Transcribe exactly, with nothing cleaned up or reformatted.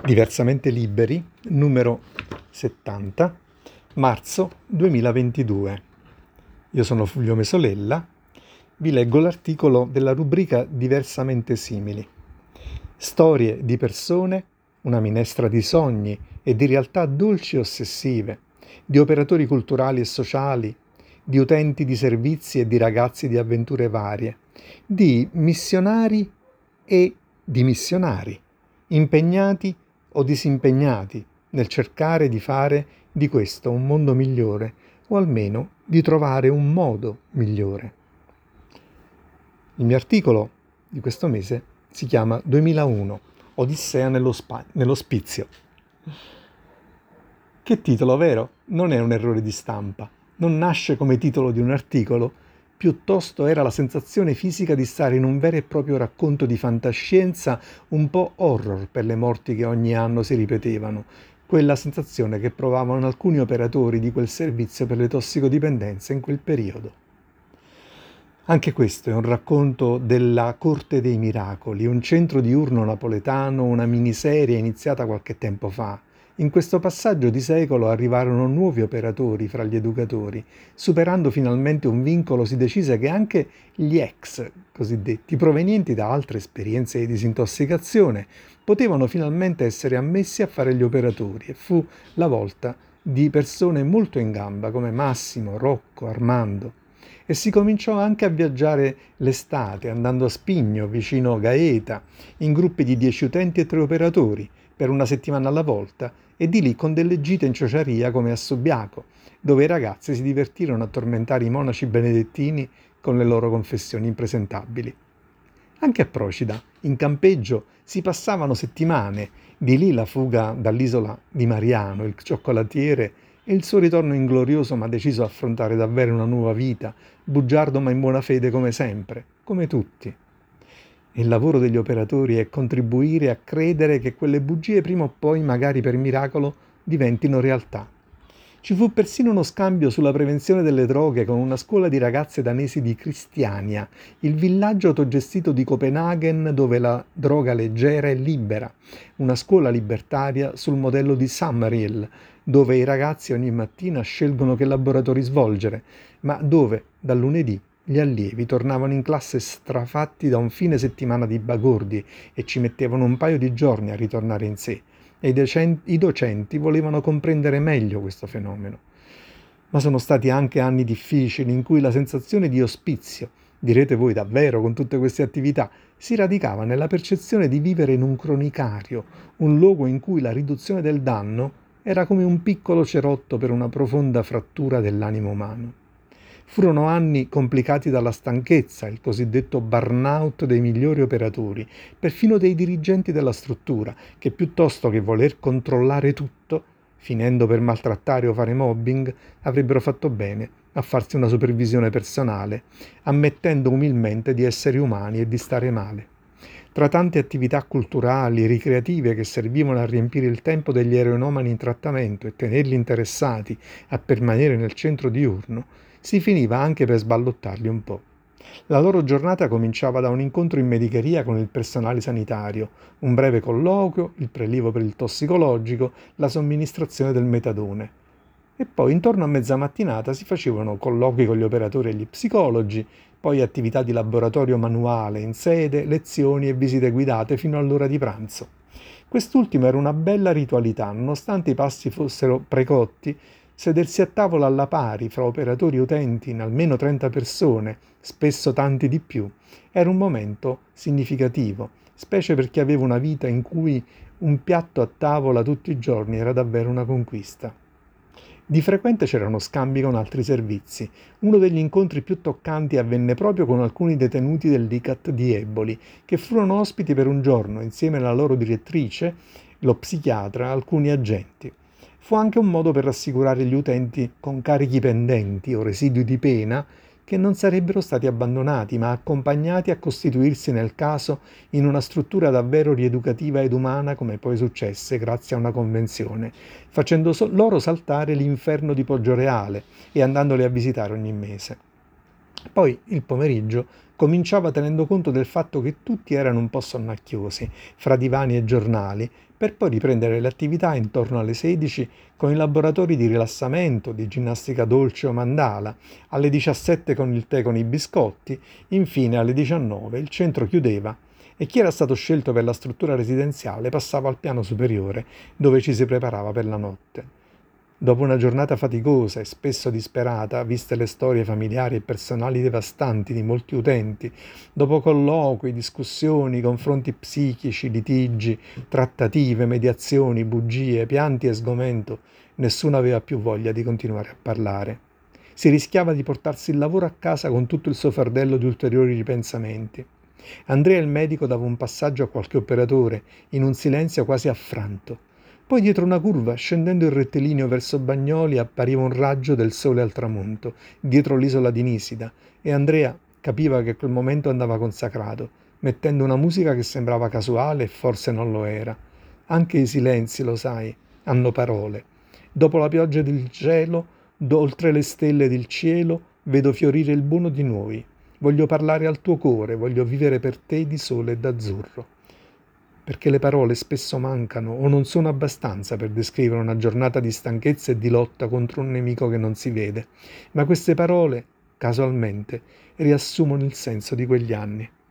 Diversamente Liberi, numero settanta, marzo duemilaventidue. Io sono Fulvio Mesolella, vi leggo l'articolo della rubrica Diversamente Simili. Storie di persone, una minestra di sogni e di realtà dolci e ossessive, di operatori culturali e sociali, di utenti di servizi e di ragazzi di avventure varie, di missionari e di missionari, impegnati o disimpegnati nel cercare di fare di questo un mondo migliore, o almeno di trovare un modo migliore. Il mio articolo di questo mese si chiama duemilauno, Odissea nello, spa- nell'ospizio. Che titolo, vero? Non è un errore di stampa, non nasce come titolo di un articolo, piuttosto era la sensazione fisica di stare in un vero e proprio racconto di fantascienza, un po' horror per le morti che ogni anno si ripetevano, quella sensazione che provavano alcuni operatori di quel servizio per le tossicodipendenze in quel periodo. Anche questo è un racconto della Corte dei Miracoli, un centro diurno napoletano, una miniserie iniziata qualche tempo fa. In questo passaggio di secolo arrivarono nuovi operatori fra gli educatori, superando finalmente un vincolo si decise che anche gli ex cosiddetti, provenienti da altre esperienze di disintossicazione, potevano finalmente essere ammessi a fare gli operatori e fu la volta di persone molto in gamba come Massimo, Rocco, Armando. E si cominciò anche a viaggiare l'estate, andando a Spigno, vicino Gaeta, in gruppi di dieci utenti e tre operatori, per una settimana alla volta, e di lì con delle gite in ciociaria come a Subiaco, dove i ragazzi si divertirono a tormentare i monaci benedettini con le loro confessioni impresentabili. Anche a Procida, in campeggio, si passavano settimane, di lì la fuga dall'isola di Mariano, il cioccolatiere, e il suo ritorno inglorioso ma deciso a affrontare davvero una nuova vita, bugiardo ma in buona fede come sempre, come tutti. Il lavoro degli operatori è contribuire a credere che quelle bugie prima o poi, magari per miracolo, diventino realtà. Ci fu persino uno scambio sulla prevenzione delle droghe con una scuola di ragazze danesi di Kristiania, il villaggio autogestito di Copenaghen dove la droga leggera è libera, una scuola libertaria sul modello di Summerhill, dove i ragazzi ogni mattina scelgono che laboratori svolgere, ma dove, dal lunedì, gli allievi tornavano in classe strafatti da un fine settimana di bagordi e ci mettevano un paio di giorni a ritornare in sé. E i, decen- i docenti volevano comprendere meglio questo fenomeno. Ma sono stati anche anni difficili in cui la sensazione di ospizio, direte voi davvero con tutte queste attività, si radicava nella percezione di vivere in un cronicario, un luogo in cui la riduzione del danno era come un piccolo cerotto per una profonda frattura dell'animo umano. Furono anni complicati dalla stanchezza, il cosiddetto burnout dei migliori operatori, perfino dei dirigenti della struttura, che piuttosto che voler controllare tutto, finendo per maltrattare o fare mobbing, avrebbero fatto bene a farsi una supervisione personale, ammettendo umilmente di essere umani e di stare male. Tra tante attività culturali e ricreative che servivano a riempire il tempo degli eroinomani in trattamento e tenerli interessati a permanere nel centro diurno, si finiva anche per sballottarli un po'. La loro giornata cominciava da un incontro in medicheria con il personale sanitario, un breve colloquio, il prelievo per il tossicologico, la somministrazione del metadone. E poi intorno a mezza mattinata si facevano colloqui con gli operatori e gli psicologi, poi attività di laboratorio manuale in sede, lezioni e visite guidate fino all'ora di pranzo. Quest'ultimo era una bella ritualità, nonostante i pasti fossero precotti. Sedersi a tavola alla pari fra operatori e utenti in almeno trenta persone, spesso tanti di più, era un momento significativo, specie per chi aveva una vita in cui un piatto a tavola tutti i giorni era davvero una conquista. Di frequente c'erano scambi con altri servizi. Uno degli incontri più toccanti avvenne proprio con alcuni detenuti dell'I C A T di Eboli, che furono ospiti per un giorno insieme alla loro direttrice, lo psichiatra, alcuni agenti. Fu anche un modo per rassicurare gli utenti con carichi pendenti o residui di pena che non sarebbero stati abbandonati, ma accompagnati a costituirsi nel caso in una struttura davvero rieducativa ed umana, come poi successe grazie a una convenzione, facendo so- loro saltare l'inferno di Poggioreale e andandoli a visitare ogni mese. Poi il pomeriggio cominciava tenendo conto del fatto che tutti erano un po' sonnacchiosi, fra divani e giornali, per poi riprendere le attività intorno alle sedici con i laboratori di rilassamento, di ginnastica dolce o mandala, alle diciassette con il tè con i biscotti, infine alle diciannove il centro chiudeva e chi era stato scelto per la struttura residenziale passava al piano superiore, dove ci si preparava per la notte. Dopo una giornata faticosa e spesso disperata, viste le storie familiari e personali devastanti di molti utenti, dopo colloqui, discussioni, confronti psichici, litigi, trattative, mediazioni, bugie, pianti e sgomento, nessuno aveva più voglia di continuare a parlare. Si rischiava di portarsi il lavoro a casa con tutto il suo fardello di ulteriori ripensamenti. Andrea il medico dava un passaggio a qualche operatore, in un silenzio quasi affranto. Poi dietro una curva, scendendo il rettilineo verso Bagnoli, appariva un raggio del sole al tramonto, dietro l'isola di Nisida, e Andrea capiva che quel momento andava consacrato, mettendo una musica che sembrava casuale e forse non lo era. Anche i silenzi, lo sai, hanno parole. Dopo la pioggia del cielo, oltre le stelle del cielo, vedo fiorire il buono di noi. Voglio parlare al tuo cuore, voglio vivere per te di sole e d'azzurro. Perché le parole spesso mancano o non sono abbastanza per descrivere una giornata di stanchezza e di lotta contro un nemico che non si vede, ma queste parole, casualmente, riassumono il senso di quegli anni.